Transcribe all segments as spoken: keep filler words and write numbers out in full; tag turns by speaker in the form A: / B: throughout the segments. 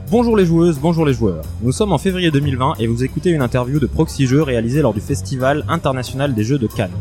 A: Bonjour les joueuses, bonjour les joueurs. Nous sommes en février deux mille vingt et vous écoutez une interview de Proxy Jeux réalisée lors du Festival international des jeux de Cannes.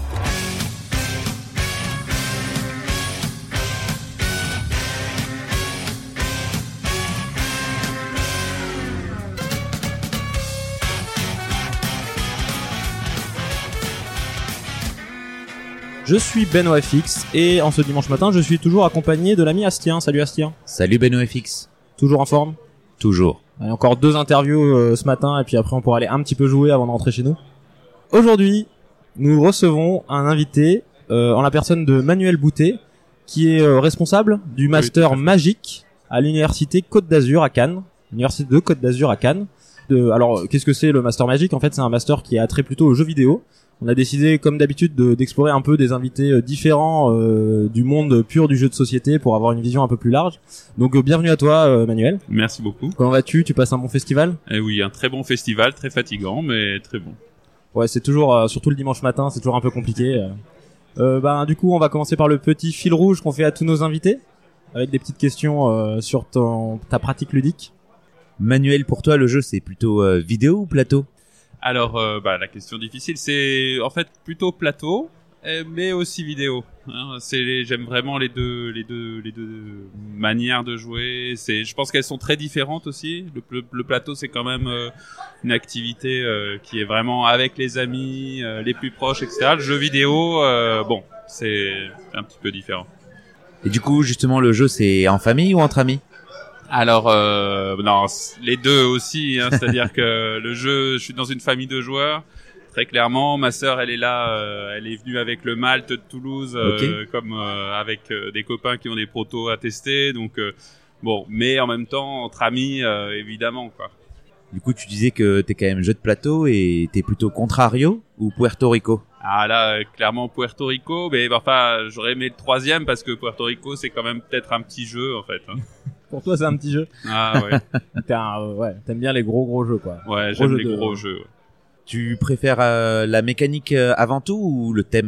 A: Je suis BenoFX et en ce dimanche matin, je suis toujours accompagné de l'ami Astien. Salut Astien.
B: Salut BenoFX.
A: Toujours en forme ?
B: Toujours.
A: Allez, encore deux interviews euh, ce matin et puis après on pourra aller un petit peu jouer avant de rentrer chez nous. Aujourd'hui, nous recevons un invité euh, en la personne de Manuel Boutet qui est euh, responsable du master oui, magique à l'université Côte d'Azur à Cannes, l'université de Côte d'Azur à Cannes. De, alors, qu'est-ce que c'est le master magique ? En fait, c'est un master qui a trait plutôt aux jeux vidéo. On a décidé, comme d'habitude, de, d'explorer un peu des invités euh, différents euh, du monde pur du jeu de société pour avoir une vision un peu plus large. Donc, euh, bienvenue à toi, euh, Manuel.
C: Merci beaucoup.
A: Comment vas-tu ? Tu passes un bon festival ?
C: Eh oui, un très bon festival, très fatigant, mais très bon.
A: Ouais, c'est toujours, euh, surtout le dimanche matin, c'est toujours un peu compliqué. Euh, euh, bah, du coup, on va commencer par le petit fil rouge qu'on fait à tous nos invités, avec des petites questions euh, sur ton, ta pratique ludique.
B: Manuel, pour toi, le jeu, c'est plutôt euh, vidéo ou plateau ?
C: Alors, euh, bah, la question difficile, c'est en fait plutôt plateau, mais aussi vidéo. Hein, c'est les, j'aime vraiment les deux, les deux, les deux manières de jouer. C'est, je pense qu'elles sont très différentes aussi. Le, le, le plateau, c'est quand même euh, une activité euh, qui est vraiment avec les amis, euh, les plus proches, et cetera. Le jeu vidéo, euh, bon, c'est un petit peu différent.
B: Et du coup, justement, le jeu, c'est en famille ou entre amis ?
C: Alors euh, non, les deux aussi, hein, c'est-à-dire que le jeu, je suis dans une famille de joueurs, très clairement. Ma sœur, elle est là, euh, elle est venue avec le Malte de Toulouse, euh,
B: okay.
C: comme euh, avec euh, des copains qui ont des protos à tester. Donc euh, bon, mais en même temps entre amis, euh, évidemment quoi.
B: Du coup, tu disais que t'es quand même jeu de plateau et t'es plutôt Contrario ou Puerto Rico ?
C: Ah là, clairement Puerto Rico, mais enfin, j'aurais aimé le troisième parce que Puerto Rico, c'est quand même peut-être un petit jeu en fait. Hein.
A: Pour toi, c'est un petit jeu.
C: Ah ouais.
A: T'es un, euh, ouais, t'aimes bien les gros gros jeux quoi.
C: Ouais,
A: gros
C: j'aime
A: jeux
C: les
A: de...
C: gros jeux. Ouais.
B: Tu préfères euh, la mécanique euh, avant tout ou le thème ?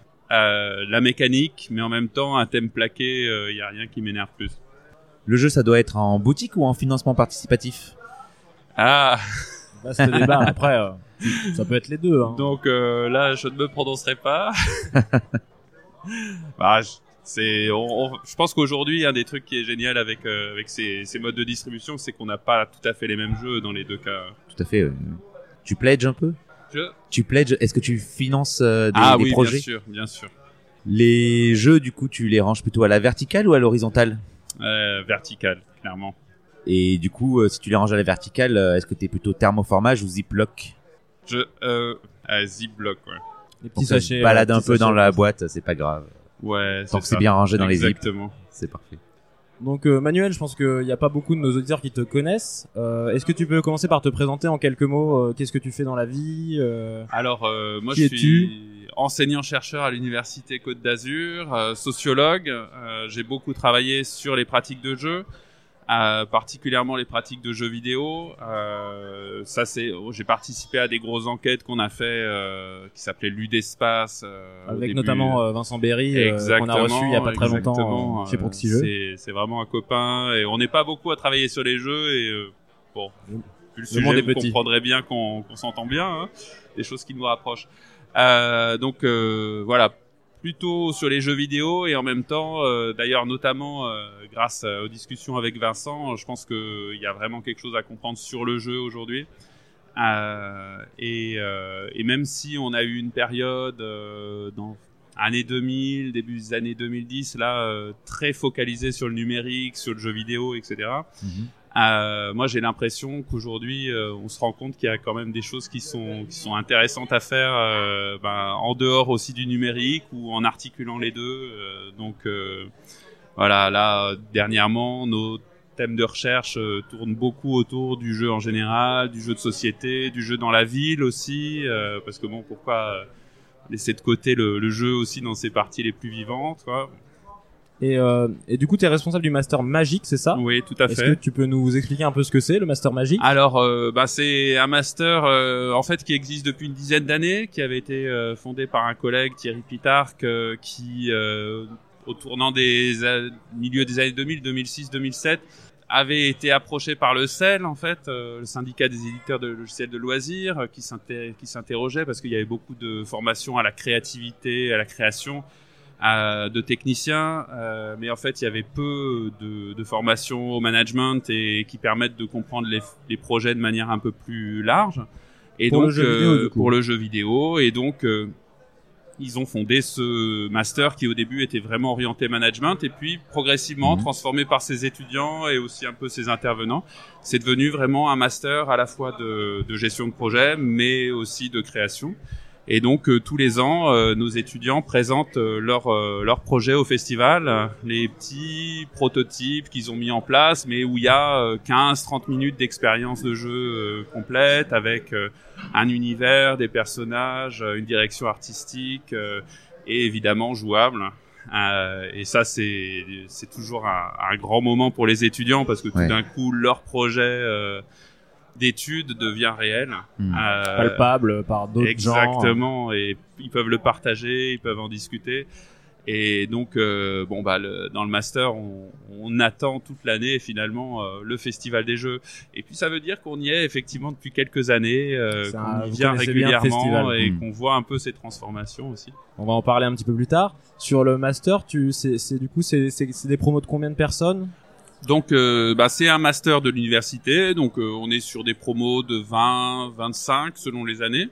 C: euh, La mécanique, mais en même temps un thème plaqué, il euh, y a rien qui m'énerve plus.
B: Le jeu, ça doit être en boutique ou en financement participatif ?
C: Ah.
A: Là, c'est le débat. Après, euh, ça peut être les deux. Hein.
C: Donc euh, là, je ne me prononcerai pas. bah, je... C'est, on, on, je pense qu'aujourd'hui, un des trucs qui est génial avec euh, avec ces, ces modes de distribution, c'est qu'on n'a pas tout à fait les mêmes jeux dans les deux cas.
B: Tout à fait. Euh, tu pledges un peu ?
C: Je...
B: Tu pledges ? Est-ce que tu finances euh, des,
C: ah,
B: des
C: oui,
B: projets ?
C: bien sûr, bien sûr.
B: Les jeux, du coup, tu les ranges plutôt à la verticale ou à l'horizontale ?
C: euh, Verticale, clairement.
B: Et du coup, euh, si tu les ranges à la verticale, euh, est-ce que t'es plutôt thermoformage ou ziploc ?
C: Je euh, euh, ziploc, ouais.
A: Les petits sachets.
B: Balade
A: euh,
B: un peu
A: sachets,
B: dans la boîte, c'est pas grave.
C: Ouais,
B: tant que
C: ça.
B: c'est bien rangé dans
C: Exactement.
B: les zips, c'est parfait.
A: Donc euh, Manuel, je pense qu'il n'y a pas beaucoup de nos auditeurs qui te connaissent. Euh, est-ce que tu peux commencer par te présenter en quelques mots euh, qu'est-ce que tu fais dans la vie euh...
C: Alors, euh, moi
A: Qui
C: je
A: es-tu
C: suis enseignant-chercheur à l'université Côte d'Azur, euh, sociologue. Euh, j'ai beaucoup travaillé sur les pratiques de jeu. Euh, particulièrement les pratiques de jeux vidéo. Euh, ça c'est, oh, j'ai participé à des grosses enquêtes qu'on a fait, euh, qui s'appelaient Ludespace, euh,
A: avec notamment euh, Vincent Berry, euh, qu'on a reçu il y a pas très longtemps euh, chez Proxy Jeux.
C: C'est, c'est vraiment un copain et on n'est pas beaucoup à travailler sur les jeux et euh, bon, vu le, le sujet, vous comprendrez bien qu'on, qu'on s'entend bien, hein, des choses qui nous rapprochent. Euh, donc euh, voilà. Plutôt sur les jeux vidéo et en même temps, euh, d'ailleurs notamment euh, grâce euh, aux discussions avec Vincent, je pense qu'il y a vraiment quelque chose à comprendre sur le jeu aujourd'hui. Euh, et, euh, et même si on a eu une période euh, dans années deux mille, début des années deux mille dix, là euh, très focalisée sur le numérique, sur le jeu vidéo, et cetera. Mm-hmm. Euh, moi, j'ai l'impression qu'aujourd'hui, euh, on se rend compte qu'il y a quand même des choses qui sont qui sont intéressantes à faire, euh, ben, en dehors aussi du numérique ou en articulant les deux. Euh, donc, euh, voilà, là, dernièrement, nos thèmes de recherche euh, tournent beaucoup autour du jeu en général, du jeu de société, du jeu dans la ville aussi, euh, parce que bon, pourquoi laisser de côté le, le jeu aussi dans ses parties les plus vivantes, quoi.
A: Et, euh, et du coup, tu es responsable du master magique, c'est ça ?
C: Oui, tout à fait.
A: Est-ce que tu peux nous expliquer un peu ce que c'est, le master magique ?
C: Alors, euh, bah, c'est un master euh, en fait qui existe depuis une dizaine d'années, qui avait été euh, fondé par un collègue, Thierry Pitarque, euh, qui, euh, au tournant des a- milieu des années deux mille, deux mille six, deux mille sept, avait été approché par le C E L, en fait, euh, le syndicat des éditeurs de logiciels de loisirs, euh, qui s'inter- qui s'interrogeait parce qu'il y avait beaucoup de formations à la créativité, à la création, à, de techniciens, euh, mais en fait, il y avait peu de, de formations au management et qui permettent de comprendre les, les projets de manière un peu plus large. Et
A: pour
C: donc,
A: le jeu
C: euh,
A: vidéo, du coup.
C: pour le jeu vidéo, et donc. Euh, Ils ont fondé ce master qui au début était vraiment orienté management et puis progressivement mmh. transformé par ses étudiants et aussi un peu ses intervenants, c'est devenu vraiment un master à la fois de, de gestion de projet mais aussi de création. Et donc euh, tous les ans, euh, nos étudiants présentent euh, leurs euh, leur projets au festival, euh, les petits prototypes qu'ils ont mis en place, mais où il y a euh, quinze à trente minutes d'expérience de jeu euh, complète avec euh, un univers, des personnages, euh, une direction artistique euh, et évidemment jouable. Euh, et ça, c'est c'est toujours un, un grand moment pour les étudiants parce que tout ouais. d'un coup, leur projet euh, d'études devient réel,
A: mmh. euh, palpable par d'autres
C: exactement,
A: gens.
C: Exactement, et ils peuvent le partager, ils peuvent en discuter. Et donc, euh, bon bah, le, dans le master, on, on attend toute l'année finalement euh, le festival des jeux. Et puis ça veut dire qu'on y est effectivement depuis quelques années, euh, qu'on un, y vient régulièrement et mmh. qu'on voit un peu ces transformations aussi.
A: On va en parler un petit peu plus tard. Sur le master, tu, c'est, c'est du coup, c'est, c'est, c'est des promos de combien de personnes?
C: Donc, euh, bah, c'est un master de l'université. Donc, euh, on est sur des promos de vingt, vingt-cinq selon les années,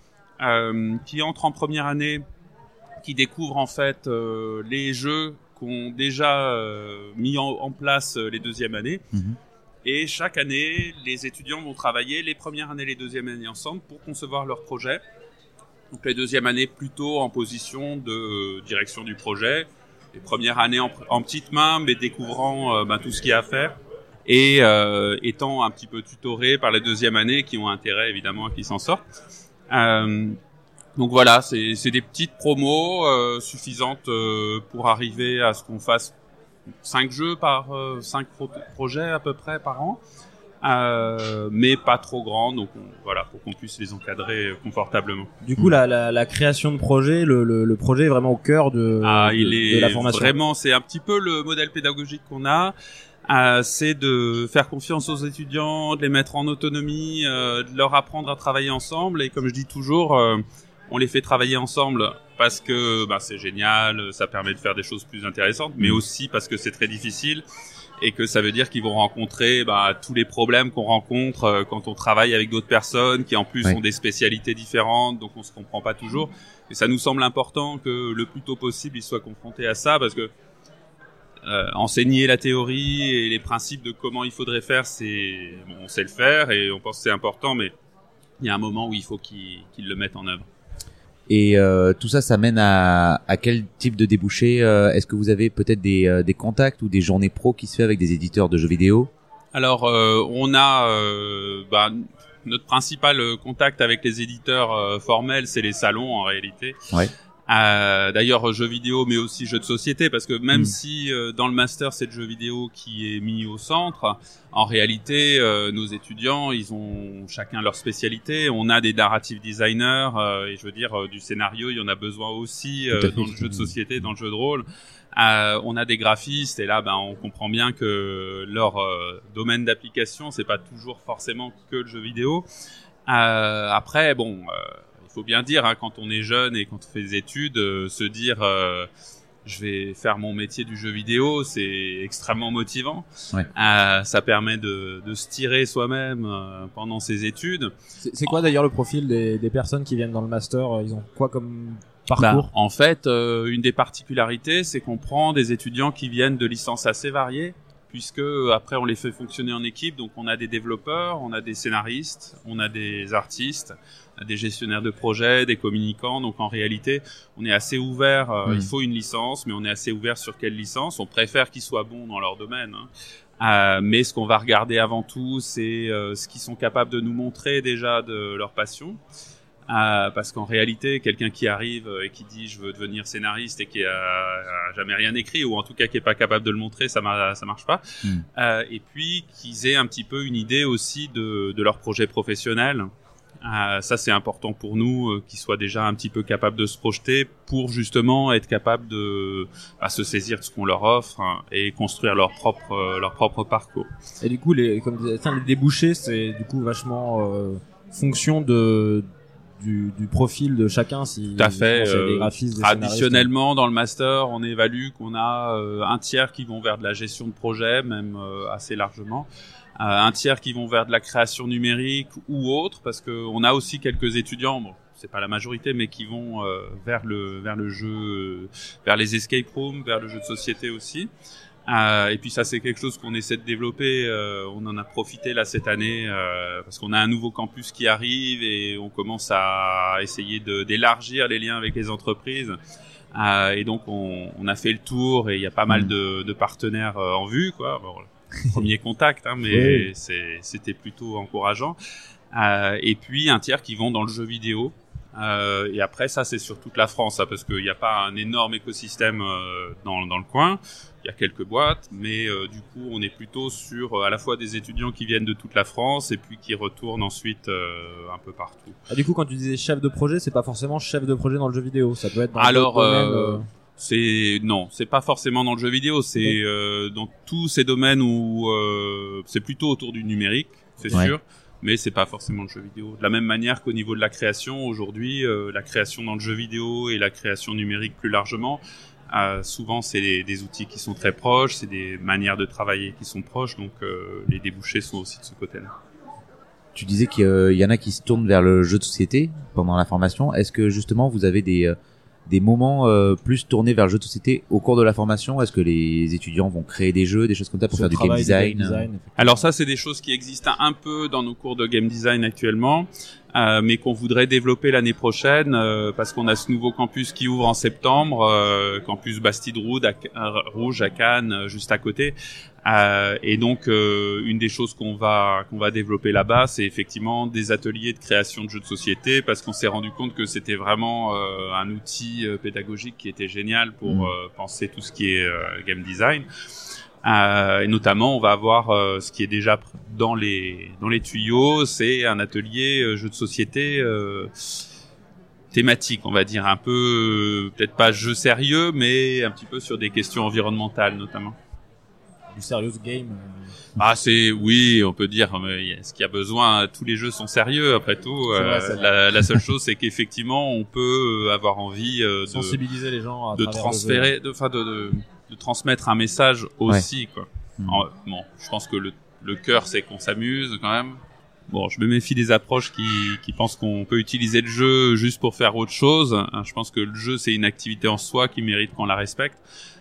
C: euh, qui entrent en première année, qui découvrent en fait euh, les jeux qu'ont déjà euh, mis en, en place les deuxièmes années. Mmh. Et chaque année, les étudiants vont travailler les premières années et les deuxièmes années ensemble pour concevoir leur projet. Donc, les deuxièmes années plutôt en position de euh, direction du projet. Les premières années en, en petites mains, mais découvrant euh, bah, tout ce qu'il y a à faire et euh, étant un petit peu tutorés par les deuxièmes années qui ont intérêt évidemment à qu'ils s'en sortent. Euh, donc voilà, c'est, c'est des petites promos euh, suffisantes euh, pour arriver à ce qu'on fasse cinq jeux par euh, cinq pro- projets à peu près par an. Euh, mais pas trop grand, donc on, voilà, pour qu'on puisse les encadrer confortablement.
A: Du coup, mmh. la, la, la création de projet, le, le, le projet est vraiment au cœur de,
C: ah,
A: de,
C: il est
A: de la formation.
C: Vraiment, c'est un petit peu le modèle pédagogique qu'on a. Euh, c'est de faire confiance aux étudiants, de les mettre en autonomie, euh, de leur apprendre à travailler ensemble. Et comme je dis toujours, euh, on les fait travailler ensemble parce que bah, c'est génial, ça permet de faire des choses plus intéressantes, mais aussi parce que c'est très difficile. Et que ça veut dire qu'ils vont rencontrer bah, tous les problèmes qu'on rencontre euh, quand on travaille avec d'autres personnes qui en plus oui. ont des spécialités différentes, donc on se comprend pas toujours. Et ça nous semble important que le plus tôt possible ils soient confrontés à ça, parce que euh, enseigner la théorie et les principes de comment il faudrait faire, c'est bon, on sait le faire et on pense que c'est important, mais il y a un moment où il faut qu'ils, qu'ils le mettent en œuvre.
B: Et euh, tout ça, ça mène à, à quel type de débouché? euh, Est-ce que vous avez peut-être des, euh, des contacts ou des journées pro qui se fait avec des éditeurs de jeux vidéo?
C: Alors, euh, on a euh, bah, notre principal contact avec les éditeurs euh, formels, c'est les salons en réalité.
B: Ouais.
C: Euh, d'ailleurs, jeux vidéo, mais aussi jeux de société, parce que même mmh. si euh, dans le master c'est le jeu vidéo qui est mis au centre, en réalité, euh, nos étudiants, ils ont chacun leur spécialité. On a des narrative designers, euh, et je veux dire, euh, du scénario, il y en a besoin aussi euh, dans le jeu de société, dans le jeu de rôle. Euh, on a des graphistes, et là, ben, on comprend bien que leur euh, domaine d'application, c'est pas toujours forcément que le jeu vidéo. Euh, après, bon. Euh, Il faut bien dire, hein, quand on est jeune et quand on fait des études, euh, se dire euh, je vais faire mon métier du jeu vidéo, c'est extrêmement motivant.
B: Ouais.
C: Euh, ça permet de, de se tirer soi-même euh, pendant ses études.
A: C'est, c'est quoi d'ailleurs le profil des, des personnes qui viennent dans le master? Ils ont quoi comme parcours?
C: Bah, en fait, euh, une des particularités, c'est qu'on prend des étudiants qui viennent de licences assez variées, puisque après on les fait fonctionner en équipe. Donc on a des développeurs, on a des scénaristes, on a des artistes, des gestionnaires de projets, des communicants. Donc en réalité, on est assez ouvert. Euh, mmh. Il faut une licence, mais on est assez ouvert sur quelle licence. On préfère qu'ils soient bons dans leur domaine. Hein. Euh, mais ce qu'on va regarder avant tout, c'est euh, ce qu'ils sont capables de nous montrer déjà de leur passion. Euh, parce qu'en réalité, quelqu'un qui arrive et qui dit je veux devenir scénariste et qui a, a jamais rien écrit, ou en tout cas qui est pas capable de le montrer, ça mar- ça marche pas. Mmh. Euh, et puis qu'ils aient un petit peu une idée aussi de, de leur projet professionnel. Euh, ça c'est important pour nous, euh, qu'ils soient déjà un petit peu capables de se projeter pour justement être capables de bah, se saisir de ce qu'on leur offre hein, et construire leur propre euh, leur propre parcours.
A: Et du coup, les comme disais, les débouchés, c'est du coup vachement euh, fonction de du, du profil de chacun. Si
C: tout à fait.
A: Euh, des
C: graphistes, des traditionnellement, dans le master, on évalue qu'on a euh, un tiers qui vont vers de la gestion de projet, même euh, assez largement. Euh, un tiers qui vont vers de la création numérique ou autre, parce que on a aussi quelques étudiants, bon, c'est pas la majorité, mais qui vont euh, vers le vers le jeu, euh, vers les escape rooms, vers le jeu de société aussi. Euh, et puis ça, c'est quelque chose qu'on essaie de développer. Euh, on en a profité là cette année euh, parce qu'on a un nouveau campus qui arrive et on commence à essayer de d'élargir les liens avec les entreprises. Euh, et donc on, on a fait le tour et il y a pas mal de, de partenaires euh, en vue, quoi. Bon, premier contact, hein, mais oui. c'est, c'était plutôt encourageant. Euh, et puis un tiers qui vont dans le jeu vidéo. Euh, et après, ça, c'est sur toute la France, hein, parce qu'il n'y a pas un énorme écosystème euh, dans, dans le coin. Il y a quelques boîtes, mais euh, du coup, on est plutôt sur euh, à la fois des étudiants qui viennent de toute la France et puis qui retournent ensuite euh, un peu partout.
A: Ah, du coup, quand tu disais chef de projet, c'est pas forcément chef de projet dans le jeu vidéo. Ça peut être dans
C: Alors,
A: d'autres
C: euh,
A: domaines. Euh...
C: C'est non, c'est pas forcément dans le jeu vidéo, c'est okay. euh, dans tous ces domaines où euh, c'est plutôt autour du numérique, c'est ouais. sûr, mais c'est pas forcément le jeu vidéo. De la même manière qu'au niveau de la création, aujourd'hui, euh, la création dans le jeu vidéo et la création numérique plus largement, euh, souvent c'est des, des outils qui sont très proches, c'est des manières de travailler qui sont proches, donc euh, les débouchés sont aussi de ce côté-là.
B: Tu disais qu'il y en a qui se tournent vers le jeu de société pendant la formation. Est-ce que justement vous avez des des moments euh, plus tournés vers le jeu de société au cours de la formation? Est-ce que les étudiants vont créer des jeux, des choses comme ça pour faire du game design, game design
C: Alors ça, c'est des choses qui existent un peu dans nos cours de game design actuellement, euh, mais qu'on voudrait développer l'année prochaine euh, parce qu'on a ce nouveau campus qui ouvre en septembre, euh, campus Bastide Rouge à, Rouge à Cannes, juste à côté. Euh, et donc euh, une des choses qu'on va qu'on va développer là-bas, c'est effectivement des ateliers de création de jeux de société, parce qu'on s'est rendu compte que c'était vraiment euh, un outil euh, pédagogique qui était génial pour mmh. euh, penser tout ce qui est euh, game design. Euh, et notamment, on va avoir euh, ce qui est déjà dans les dans les tuyaux, c'est un atelier euh, jeu de société euh, thématique, on va dire, un peu euh, peut-être pas jeu sérieux, mais un petit peu sur des questions environnementales notamment.
A: Du serious game.
C: Ah c'est oui, on peut dire. Mais est-ce qu'il y a besoin? Tous les jeux sont sérieux après tout. Euh, vrai, la, la seule chose, c'est qu'effectivement, on peut avoir envie euh, de
A: sensibiliser les gens, à
C: de transférer, de, enfin de, de de transmettre un message aussi, ouais. quoi. Mmh. Alors, bon, je pense que le le cœur, c'est qu'on s'amuse quand même. Bon, je me méfie des approches qui qui pensent qu'on peut utiliser le jeu juste pour faire autre chose. Je pense que le jeu, c'est une activité en soi qui mérite qu'on la respecte.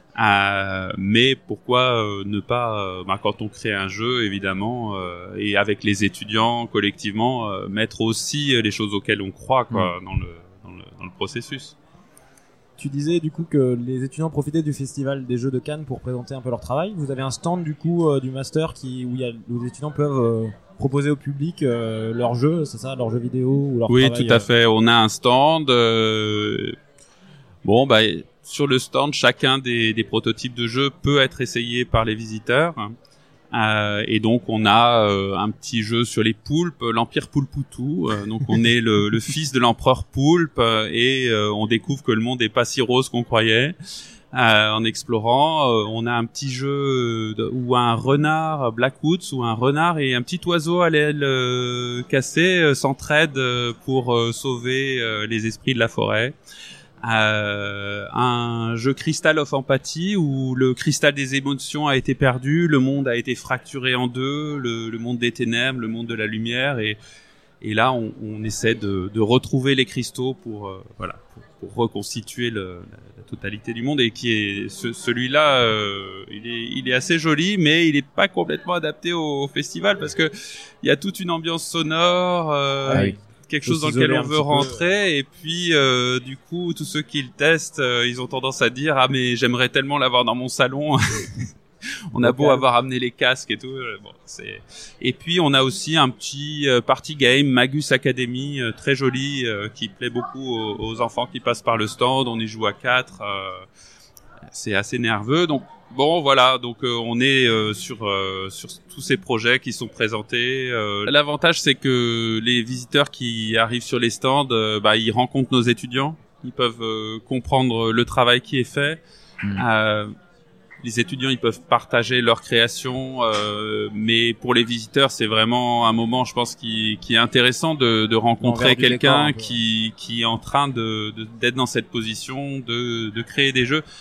C: Euh, mais pourquoi euh, ne pas, euh, bah, quand on crée un jeu, évidemment, euh, et avec les étudiants collectivement, euh, mettre aussi euh, les choses auxquelles on croit, quoi, mmh. dans le dans le dans le processus.
A: Tu disais du coup que les étudiants profitaient du festival des Jeux de Cannes pour présenter un peu leur travail. Vous avez un stand du coup euh, du master qui où, y a, où les étudiants peuvent euh, proposer au public euh, leurs jeux, c'est ça, leurs jeux vidéo ou leur
C: oui,
A: travail.
C: Oui, tout à fait. On a un stand. Euh... Bon, bah. Sur le stand, chacun des, des prototypes de jeux peut être essayé par les visiteurs. Euh, et donc, on a euh, un petit jeu sur les poulpes, l'Empire Poulpoutou. Euh, donc, on est le, le fils de l'empereur Poulpe euh, et euh, on découvre que le monde n'est pas si rose qu'on croyait. Euh, en explorant, euh, on a un petit jeu de, où un renard, Blackwoods, où un renard et un petit oiseau à l'aile euh, cassée euh, s'entraident euh, pour euh, sauver euh, les esprits de la forêt. Euh, un jeu Crystal of Empathy où le cristal des émotions a été perdu, le monde a été fracturé en deux, le, le monde des ténèbres, le monde de la lumière, et, et là on, on essaie de, de retrouver les cristaux pour euh, voilà pour, pour reconstituer le, la, la totalité du monde, et qui est ce, celui-là euh, il est il est assez joli, mais il est pas complètement adapté au, au festival parce que il y a toute une ambiance sonore. Euh, ah oui. Quelque chose dans lequel on veut rentrer, peu. Et puis euh, du coup tous ceux qui le testent euh, ils ont tendance à dire ah mais j'aimerais tellement l'avoir dans mon salon. On a beau calme. Avoir amené les casques et tout, euh, bon c'est. Et puis on a aussi un petit euh, party game Magus Academy euh, très joli euh, qui plaît beaucoup aux, aux enfants qui passent par le stand. On y joue à quatre, euh, c'est assez nerveux, donc Bon, voilà, donc euh, on est euh, sur euh, sur tous ces projets qui sont présentés. Euh, l'avantage, c'est que les visiteurs qui arrivent sur les stands, euh, bah, ils rencontrent nos étudiants, ils peuvent euh, comprendre le travail qui est fait. Mmh. Euh, les étudiants, ils peuvent partager leur création, euh, mais pour les visiteurs, c'est vraiment un moment, je pense, qui, qui est intéressant de, de rencontrer quelqu'un décor, qui qui est en train de, de d'être dans cette position, de de créer des jeux.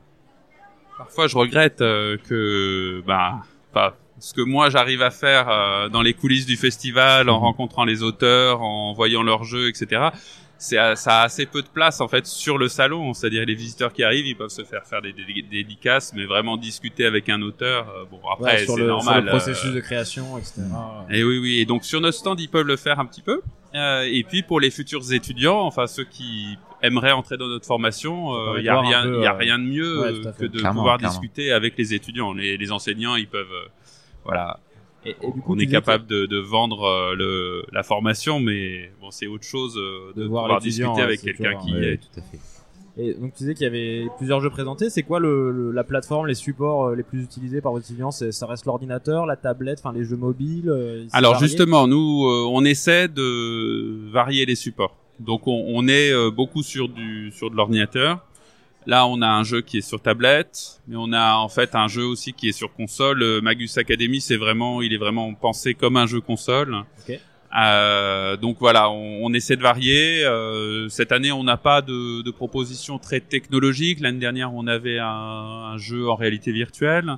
C: Parfois, je regrette euh, que, bah, pas ce que moi j'arrive à faire euh, dans les coulisses du festival, en rencontrant les auteurs, en voyant leurs jeux, et cetera. C'est, ça a assez peu de place en fait sur le salon. C'est-à-dire les visiteurs qui arrivent, ils peuvent se faire faire des, des, des dédicaces, mais vraiment discuter avec un auteur. Euh, bon, après,
A: ouais, sur
C: c'est
A: le,
C: normal.
A: Sur le processus euh, de création, et cetera.
C: Et oui, oui. Et donc sur notre stand, ils peuvent le faire un petit peu. Euh, et puis pour les futurs étudiants, enfin ceux qui aimeraient entrer dans notre formation, il euh, y a rien, il y a rien de mieux
A: ouais,
C: euh, que de
B: clairement,
C: pouvoir
B: clairement.
C: discuter avec les étudiants. Les, les enseignants, ils peuvent, euh, voilà.
A: Et, et du coup,
C: on est capable que... de, de vendre euh, le, la formation, mais bon, c'est autre chose euh, de, de pouvoir discuter ouais, avec quelqu'un qui
B: ouais,
C: est.
B: Tout à fait.
A: Et donc tu disais qu'il y avait plusieurs jeux présentés. C'est quoi le, le, la plateforme, les supports euh, les plus utilisés par vos étudiants? C'est, ça reste l'ordinateur, la tablette, enfin les jeux mobiles. Euh,
C: Alors
A: varié.
C: justement, nous, euh, on essaie de varier les supports. Donc on, on est euh, beaucoup sur du sur de l'ordinateur. Là, on a un jeu qui est sur tablette, mais on a en fait un jeu aussi qui est sur console. Euh, Magus Academy, c'est vraiment, il est vraiment pensé comme un jeu console.
A: Okay.
C: Euh, donc voilà, on, on essaie de varier. Euh, cette année, on n'a pas de, de propositions très technologiques. L'année dernière, on avait un, un jeu en réalité virtuelle.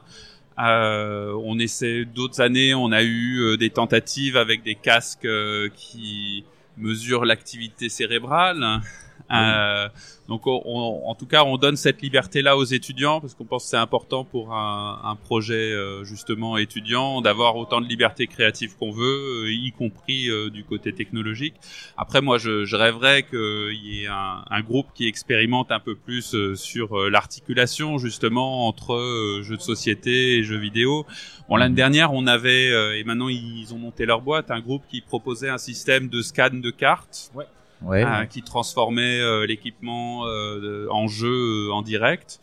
C: Euh, on essaie. D'autres années, on a eu euh, des tentatives avec des casques euh, qui mesurent l'activité cérébrale. Euh, donc on, on, en tout cas on donne cette liberté là aux étudiants parce qu'on pense que c'est important pour un, un projet euh, justement étudiant d'avoir autant de liberté créative qu'on veut, euh, y compris euh, du côté technologique. Après moi je, je rêverais qu'il y ait un, un groupe qui expérimente un peu plus euh, sur euh, l'articulation justement entre euh, jeux de société et jeux vidéo. Bon, l'année dernière on avait euh, et maintenant ils ont monté leur boîte, un groupe qui proposait un système de scan de cartes.
A: Ouais.
B: Ouais,
C: euh,
B: ouais.
C: qui transformait euh, l'équipement euh, en jeu euh, en direct.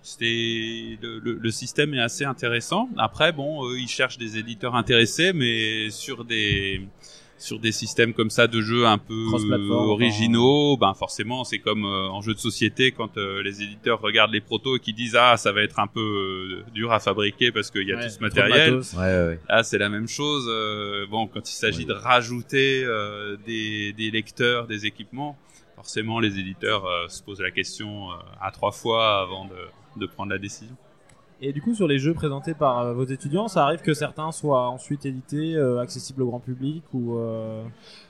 C: C'était le, le, le système est assez intéressant. Après, bon, euh, ils cherchent des éditeurs intéressés, mais sur des sur des systèmes comme ça de jeux un peu originaux, enfin... ben forcément, c'est comme euh, en jeu de société quand euh, les éditeurs regardent les protos et qui disent ah ça va être un peu euh, dur à fabriquer parce qu'il y a
A: ouais,
C: tout ce matériel.
B: Ouais, ouais.
C: Là, c'est la même chose. Euh, bon, quand il s'agit ouais. de rajouter euh, des, des lecteurs, des équipements, forcément, les éditeurs euh, se posent la question euh, à trois fois avant de, de prendre la décision.
A: Et du coup, sur les jeux présentés par euh, vos étudiants, ça arrive que certains soient ensuite édités, euh, accessibles au grand public ou euh,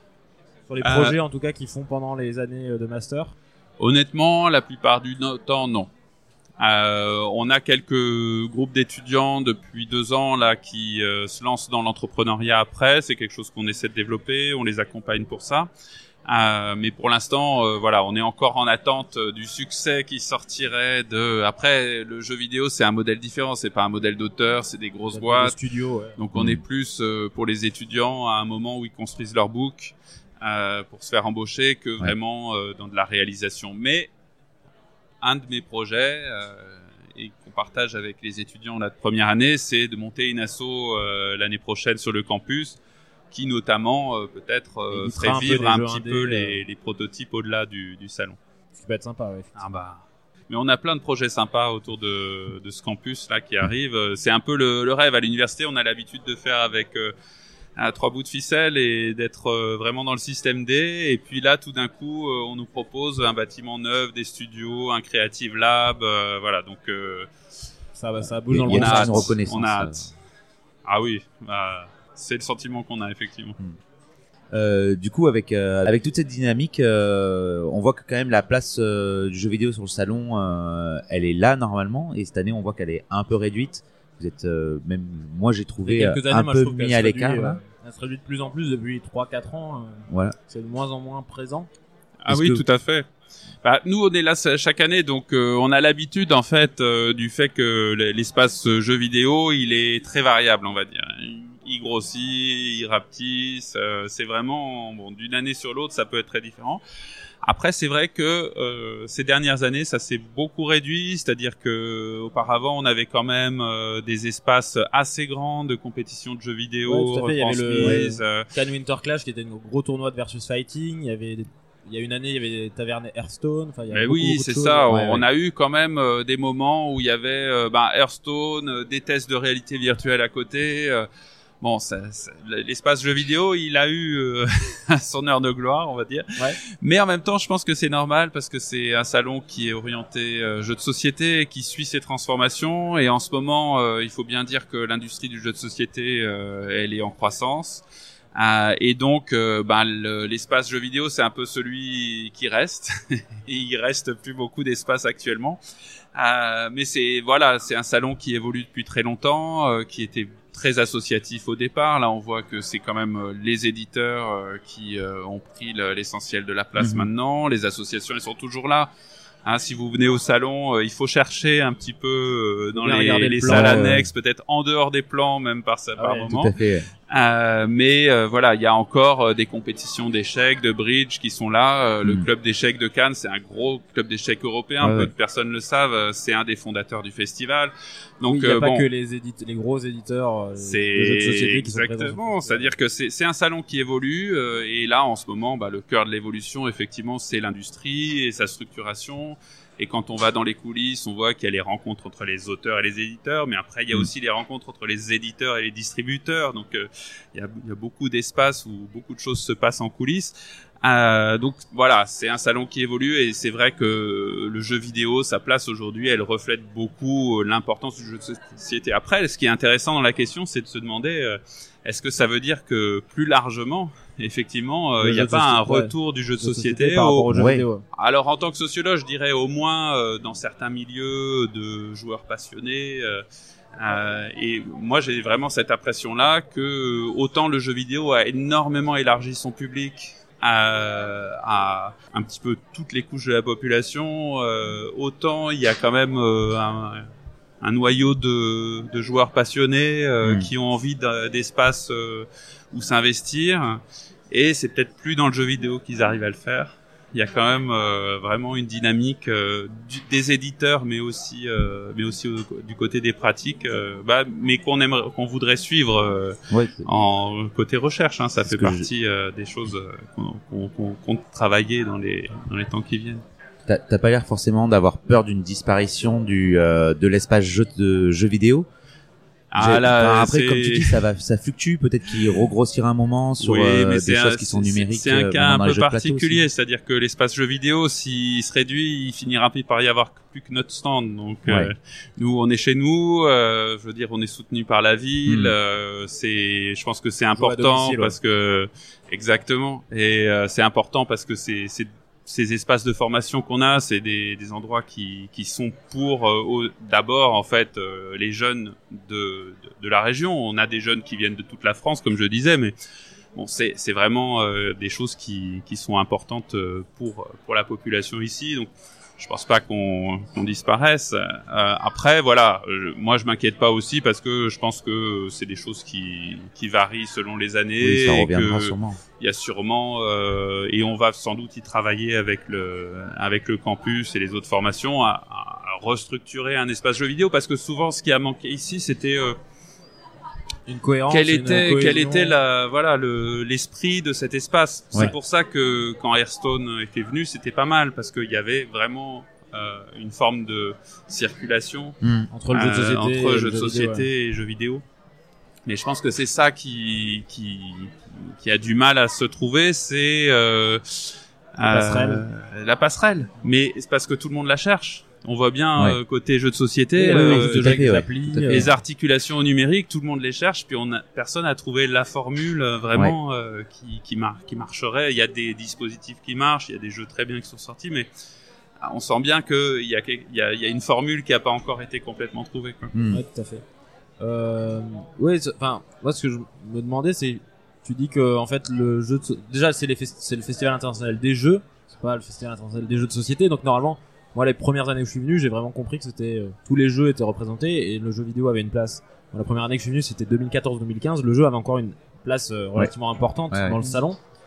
A: sur les projets euh, en tout cas qu'ils font pendant les années de master?
C: Honnêtement, la plupart du temps, non. Euh, on a quelques groupes d'étudiants depuis deux ans là qui euh, se lancent dans l'entrepreneuriat après. C'est quelque chose qu'on essaie de développer. On les accompagne pour ça. Euh, mais pour l'instant, euh, voilà, on est encore en attente euh, du succès qui sortirait de. Après, le jeu vidéo, c'est un modèle différent. C'est pas un modèle d'auteur, c'est des grosses boîtes.
A: Studio, ouais.
C: Donc, on mmh. est plus euh, pour les étudiants à un moment où ils construisent leur book euh, pour se faire embaucher que ouais. vraiment euh, dans de la réalisation. Mais un de mes projets euh, et qu'on partage avec les étudiants la première année, c'est de monter une asso euh, l'année prochaine sur le campus, qui notamment euh, peut-être euh, ferait vivre un, peu, un petit indés, peu les, euh... les prototypes au-delà du, du salon.
A: Ce qui peut être sympa, ouais.
C: Ah bah. Mais on a plein de projets sympas autour de, de ce campus là qui arrive. C'est un peu le, le rêve à l'université. On a l'habitude de faire avec euh, à trois bouts de ficelle et d'être euh, vraiment dans le système D. Et puis là, tout d'un coup, euh, on nous propose un bâtiment neuf, des studios, un creative lab. Euh, voilà, donc euh,
A: ça, bah, ça bouge dans le
B: bon
C: sens.
B: Une reconnaissance.
C: On a hâte. Ah oui. Bah, c'est le sentiment qu'on a effectivement.
B: Euh, du coup, avec euh, avec toute cette dynamique, euh, on voit que quand même la place euh, du jeu vidéo sur le salon, euh, elle est là normalement. Et cette année, on voit qu'elle est un peu réduite. Vous êtes euh, même, moi, j'ai trouvé années, un moi, peu mis à l'écart.
A: Réduit,
B: là.
A: Euh, elle se réduit de plus en plus depuis trois quatre ans. Euh,
B: voilà.
A: C'est de moins en moins présent.
C: Ah Est-ce oui, que... tout à fait. Bah, nous, on est là chaque année, donc euh, on a l'habitude en fait euh, du fait que l'espace jeu vidéo, il est très variable, on va dire. Il grossit, il rapetisse. Euh, c'est vraiment bon, d'une année sur l'autre, ça peut être très différent. Après, c'est vrai que euh, ces dernières années, ça s'est beaucoup réduit. C'est-à-dire que auparavant, on avait quand même euh, des espaces assez grands de compétition de jeux vidéo
A: ouais, retransmises. Il y avait le
C: euh...
A: Cannes Winter Clash qui était un gros tournoi de versus fighting. Il y avait des... il y a une année, il y avait des tavernes Hearthstone. Enfin, il y a
C: Mais
A: beaucoup,
C: oui,
A: beaucoup
C: c'est
A: de
C: ça.
A: choses.
C: On,
A: ouais,
C: on
A: ouais.
C: a eu quand même euh, des moments où il y avait euh, ben, Hearthstone, euh, des tests de réalité virtuelle à côté. Euh, Bon, ça, ça, l'espace jeux vidéo, il a eu euh, son heure de gloire, on va dire.
A: Ouais.
C: Mais en même temps, je pense que c'est normal parce que c'est un salon qui est orienté euh, jeu de société et qui suit ses transformations. Et en ce moment, euh, il faut bien dire que l'industrie du jeu de société, euh, elle est en croissance. Euh, et donc, euh, ben, le, l'espace jeux vidéo, c'est un peu celui qui reste. Et il reste plus beaucoup d'espace actuellement. Euh, mais c'est voilà, c'est un salon qui évolue depuis très longtemps, euh, qui était très associatif au départ. Là, on voit que c'est quand même euh, les éditeurs euh, qui euh, ont pris le, l'essentiel de la place mmh. maintenant. Les associations, elles sont toujours là. Hein, si vous venez au salon, euh, il faut chercher un petit peu euh, dans les, les salles annexes, euh... peut-être en dehors des plans, même par ça, ah par ouais, moment.
B: Tout à fait.
C: Euh, mais euh, voilà, il y a encore euh, des compétitions d'échecs, de bridge qui sont là. Euh, mmh. Le club d'échecs de Cannes, c'est un gros club d'échecs européen. Ouais, peu ouais. de personnes le savent. Euh, c'est un des fondateurs du festival. Donc,
A: il oui, n'y a
C: euh,
A: pas
C: bon,
A: que les, édite- les gros éditeurs euh,
C: c'est
A: de jeux de société qui
C: exactement.
A: sont présents.
C: C'est-à-dire que c'est, c'est un salon qui évolue. Euh, et là, en ce moment, bah, le cœur de l'évolution, effectivement, c'est l'industrie et sa structuration. Et quand on va dans les coulisses, on voit qu'il y a les rencontres entre les auteurs et les éditeurs, mais après il y a aussi les rencontres entre les éditeurs et les distributeurs. Donc euh, il y a, il y a beaucoup d'espace où beaucoup de choses se passent en coulisses. Euh, donc voilà, c'est un salon qui évolue et c'est vrai que le jeu vidéo, sa place aujourd'hui, elle reflète beaucoup l'importance du jeu de société. Après, ce qui est intéressant dans la question, c'est de se demander euh, est-ce que ça veut dire que plus largement, effectivement, il euh, n'y a pas société, un retour ouais. du jeu de société, société
A: par rapport au jeu
C: ouais.
A: vidéo.
C: Alors en tant que sociologue, je dirais au moins euh, dans certains milieux de joueurs passionnés. Euh, Euh, et moi j'ai vraiment cette impression là que autant le jeu vidéo a énormément élargi son public à, à un petit peu toutes les couches de la population, euh, autant il y a quand même euh, un, un noyau de, de joueurs passionnés euh, mmh. qui ont envie d'espace euh, où s'investir, et c'est peut-être plus dans le jeu vidéo qu'ils arrivent à le faire. Il y a quand même euh, vraiment une dynamique euh, du, des éditeurs, mais aussi, euh, mais aussi au, du côté des pratiques, euh, bah, mais qu'on aimerait, qu'on voudrait suivre euh, ouais, en côté recherche. Hein, ça fait partie euh, des choses qu'on, qu'on, qu'on compte travailler dans les dans les temps qui viennent.
B: T'as, t'as pas l'air forcément d'avoir peur d'une disparition du euh, de l'espace jeu de jeux vidéo. Ah là, enfin, après, c'est... comme tu dis, ça va, ça fluctue. Peut-être qu'il regrossira un moment sur oui, euh, des choses un, qui sont numériques.
C: C'est un cas un peu particulier, c'est-à-dire que l'espace jeu vidéo, s'il se réduit, il finira par y avoir plus que notre stand. Donc, ouais. euh, nous, on est chez nous. Euh, je veux dire, on est soutenu par la ville. Mmh. Euh, c'est, je pense que c'est important domicile, parce ouais. que exactement. Et euh, c'est important parce que c'est, c'est ces espaces de formation qu'on a, c'est des, des endroits qui, qui sont pour euh, au, d'abord en fait euh, les jeunes de, de, de la région. On a des jeunes qui viennent de toute la France, comme je disais, mais bon, c'est, c'est vraiment euh, des choses qui, qui sont importantes pour, pour la population ici. Donc, je pense pas qu'on, qu'on disparaisse. Euh, après, voilà, je, moi je m'inquiète pas aussi parce que je pense que c'est des choses qui, qui varient selon les années.
B: Oui, ça
C: et
B: reviendra
C: que
B: sûrement.
C: Il y a sûrement euh, et on va sans doute y travailler avec le avec le campus et les autres formations à, à restructurer un espace jeu vidéo, parce que souvent ce qui a manqué ici c'était euh,
A: une cohérence.
C: Quel était quel était la voilà le l'esprit de cet espace. Ouais. C'est pour ça que quand Hearthstone était venu, c'était pas mal parce qu'il y avait vraiment euh, une forme de circulation
A: mmh. entre le jeu de société,
C: euh, entre
A: et,
C: jeu de société
A: vidéo, ouais.
C: et jeux vidéo. Mais je pense que c'est ça qui qui qui a du mal à se trouver, c'est euh,
A: la passerelle.
C: Euh, la passerelle. Mais c'est parce que tout le monde la cherche. On voit bien
B: ouais.
C: euh, côté jeux de société,
A: ouais,
C: euh,
A: ouais, fait, applis,
C: ouais. les articulations numériques, tout le monde les cherche, puis on a, personne a trouvé la formule euh, vraiment ouais. euh, qui qui, mar- qui marcherait. Il y a des dispositifs qui marchent, il y a des jeux très bien qui sont sortis, mais on sent bien que il y a il y a, il y a une formule qui a pas encore été complètement trouvée, quoi.
A: Mm. Ouais, tout à fait. Euh, ouais, enfin, moi ce que je me demandais, c'est, tu dis que en fait le jeu, de, déjà c'est, les fest- c'est le festival international des jeux, c'est pas le festival international des jeux de société, donc normalement, moi les premières années où je suis venu, j'ai vraiment compris que c'était euh, tous les jeux étaient représentés et le jeu vidéo avait une place. Bon, la première année que je suis venu, c'était deux mille quatorze deux mille quinze, le jeu avait encore une place euh, relativement ouais. importante ouais, dans ouais. le salon.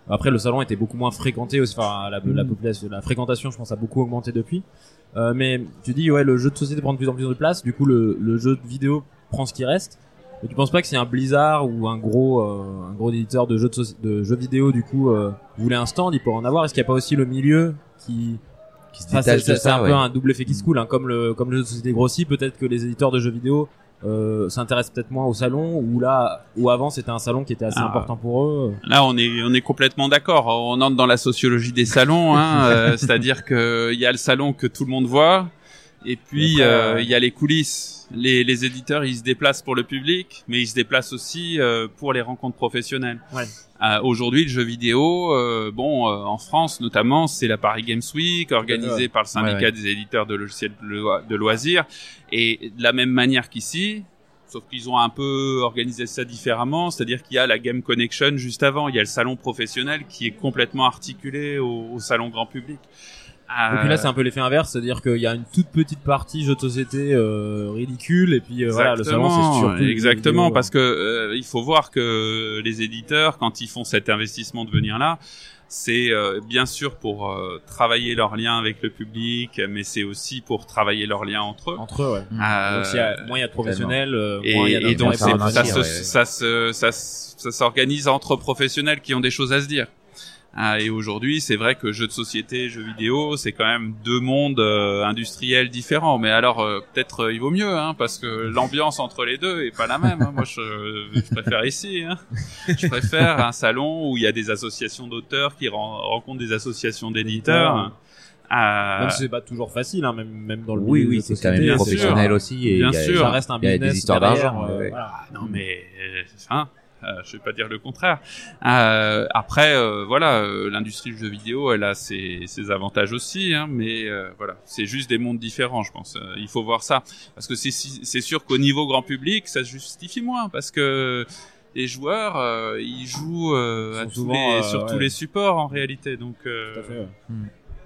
A: Après, le salon était beaucoup moins fréquenté aussi. Enfin, la, mmh. la population, la fréquentation, je pense, a beaucoup augmenté depuis. Euh, mais tu dis, ouais, le jeu de société prend de plus en plus de place. Du coup, le, le jeu de vidéo prend ce qui reste. Mais tu penses pas que c'est un Blizzard ou un gros, euh, un gros éditeur de jeux de, soci- de jeux vidéo, du coup, euh, voulait un stand, il pourrait en avoir. Est-ce qu'il n'y a pas aussi le milieu qui,
B: qui se
A: enfin,
B: détache
A: c'est,
B: de
A: c'est
B: ça,
A: un
B: ouais.
A: peu un double effet qui se coule, hein. Comme le, comme le jeu de société grossit, peut-être que les éditeurs de jeux vidéo, euh, s'intéressent peut-être moins au salon, ou là, ou avant c'était un salon qui était assez ah, important pour eux.
C: Là, on est, on est complètement d'accord. On entre dans la sociologie des salons, hein, euh, c'est-à-dire que il y a le salon que tout le monde voit, et puis il euh, ouais. y a les coulisses. Les, les éditeurs, ils se déplacent pour le public, mais ils se déplacent aussi euh, pour les rencontres professionnelles.
A: Ouais.
C: Euh, aujourd'hui, le jeu vidéo, euh, bon, euh, en France notamment, c'est la Paris Games Week, organisée ouais. par le syndicat ouais, ouais. des éditeurs de logiciels de loisirs, et de la même manière qu'ici, sauf qu'ils ont un peu organisé ça différemment, c'est-à-dire qu'il y a la Game Connection juste avant, il y a le salon professionnel qui est complètement articulé au, au salon grand public.
A: Euh... Et puis là, c'est un peu l'effet inverse, c'est-à-dire qu'il y a une toute petite partie jeux de société euh, ridicule, et puis euh, voilà, le salon c'est surtout
C: exactement vidéos, parce que euh, il faut voir que les éditeurs, quand ils font cet investissement de venir là, c'est euh, bien sûr pour euh, travailler leurs liens avec le public, mais c'est aussi pour travailler leurs liens entre eux.
A: Entre eux, ouais.
C: Euh,
A: donc, il y a, moins il y a de professionnels, euh,
C: et,
A: moins il y a
C: et donc
A: c'est,
C: ça, ça, se, ça, se, ça, ça s'organise entre professionnels qui ont des choses à se dire. Ah, et aujourd'hui, c'est vrai que jeux de société, jeux vidéo, c'est quand même deux mondes euh, industriels différents. Mais alors, euh, peut-être euh, il vaut mieux, hein, parce que l'ambiance entre les deux est pas la même. Hein. Moi, je, je préfère ici. Hein. Je préfère un salon où il y a des associations d'auteurs qui ren- rencontrent des associations d'éditeurs.
A: Euh... Même si c'est pas toujours facile, hein, même même dans le
B: oui,
A: milieu
B: oui,
A: de
B: c'est
A: société,
B: quand même professionnel
A: sûr,
B: aussi. Et
C: bien
B: y a,
C: sûr,
A: ça reste un business.
B: Il y a des histoires
A: derrière,
B: d'argent.
A: Euh,
B: ouais.
A: voilà.
C: Non, mais hein. Euh, je vais pas dire le contraire. Euh, après, euh, voilà, euh, l'industrie du jeu vidéo, elle a ses, ses avantages aussi, hein, mais euh, voilà, c'est juste des mondes différents, je pense. Euh, il faut voir ça, parce que c'est, c'est sûr qu'au niveau grand public, ça se justifie moins, parce que les joueurs, euh, ils jouent euh, à tous souvent, les, euh, sur ouais. tous les supports en réalité. Donc, euh...
A: tout à fait, ouais. hmm.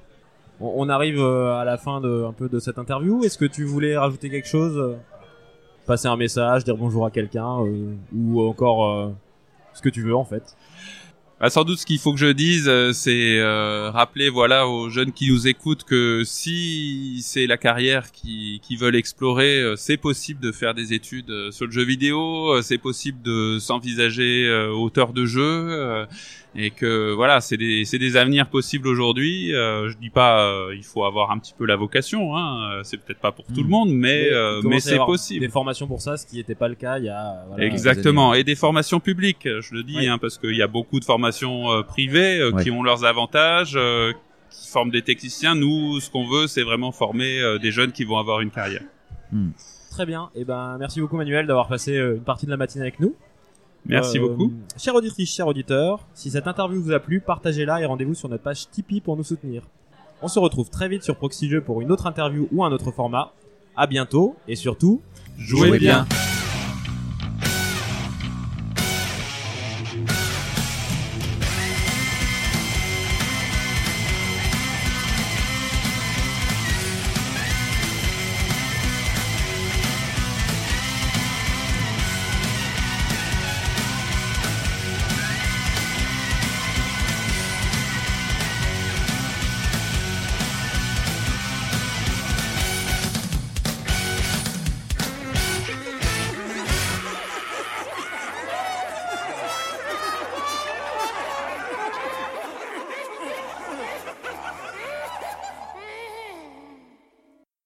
A: on, on arrive euh, à la fin de un peu de cette interview. Est-ce que tu voulais rajouter quelque chose? Passer un message, dire bonjour à quelqu'un, euh, ou encore euh, ce que tu veux en fait.
C: Bah, sans doute ce qu'il faut que je dise, euh, c'est euh, rappeler voilà aux jeunes qui nous écoutent que si c'est la carrière qui qui veulent explorer, euh, c'est possible de faire des études euh, sur le jeu vidéo, euh, c'est possible de s'envisager euh, auteur de jeu, euh, et que voilà, c'est des c'est des avenirs possibles aujourd'hui. Euh, je dis pas euh, il faut avoir un petit peu la vocation, hein, c'est peut-être pas pour mmh. tout le monde, mais mais, euh, mais c'est possible.
A: Des formations pour ça, ce qui n'était pas le cas il y a voilà,
C: exactement, et des formations publiques, je le dis, oui. hein, parce qu'il y a beaucoup de formations euh, privées euh, oui. qui ont leurs avantages, euh, qui forment des techniciens. Nous, ce qu'on veut, c'est vraiment former euh, des jeunes qui vont avoir une carrière.
A: Mmh. Très bien. Et ben merci beaucoup Manuel d'avoir passé euh, une partie de la matinée avec nous.
C: Merci euh, beaucoup.
A: Chère auditrice, chers auditeurs, si cette interview vous a plu, partagez-la et rendez-vous sur notre page Tipeee pour nous soutenir. On se retrouve très vite sur Proxy Jeux pour une autre interview ou un autre format. À bientôt et surtout,
C: jouez, jouez bien. bien.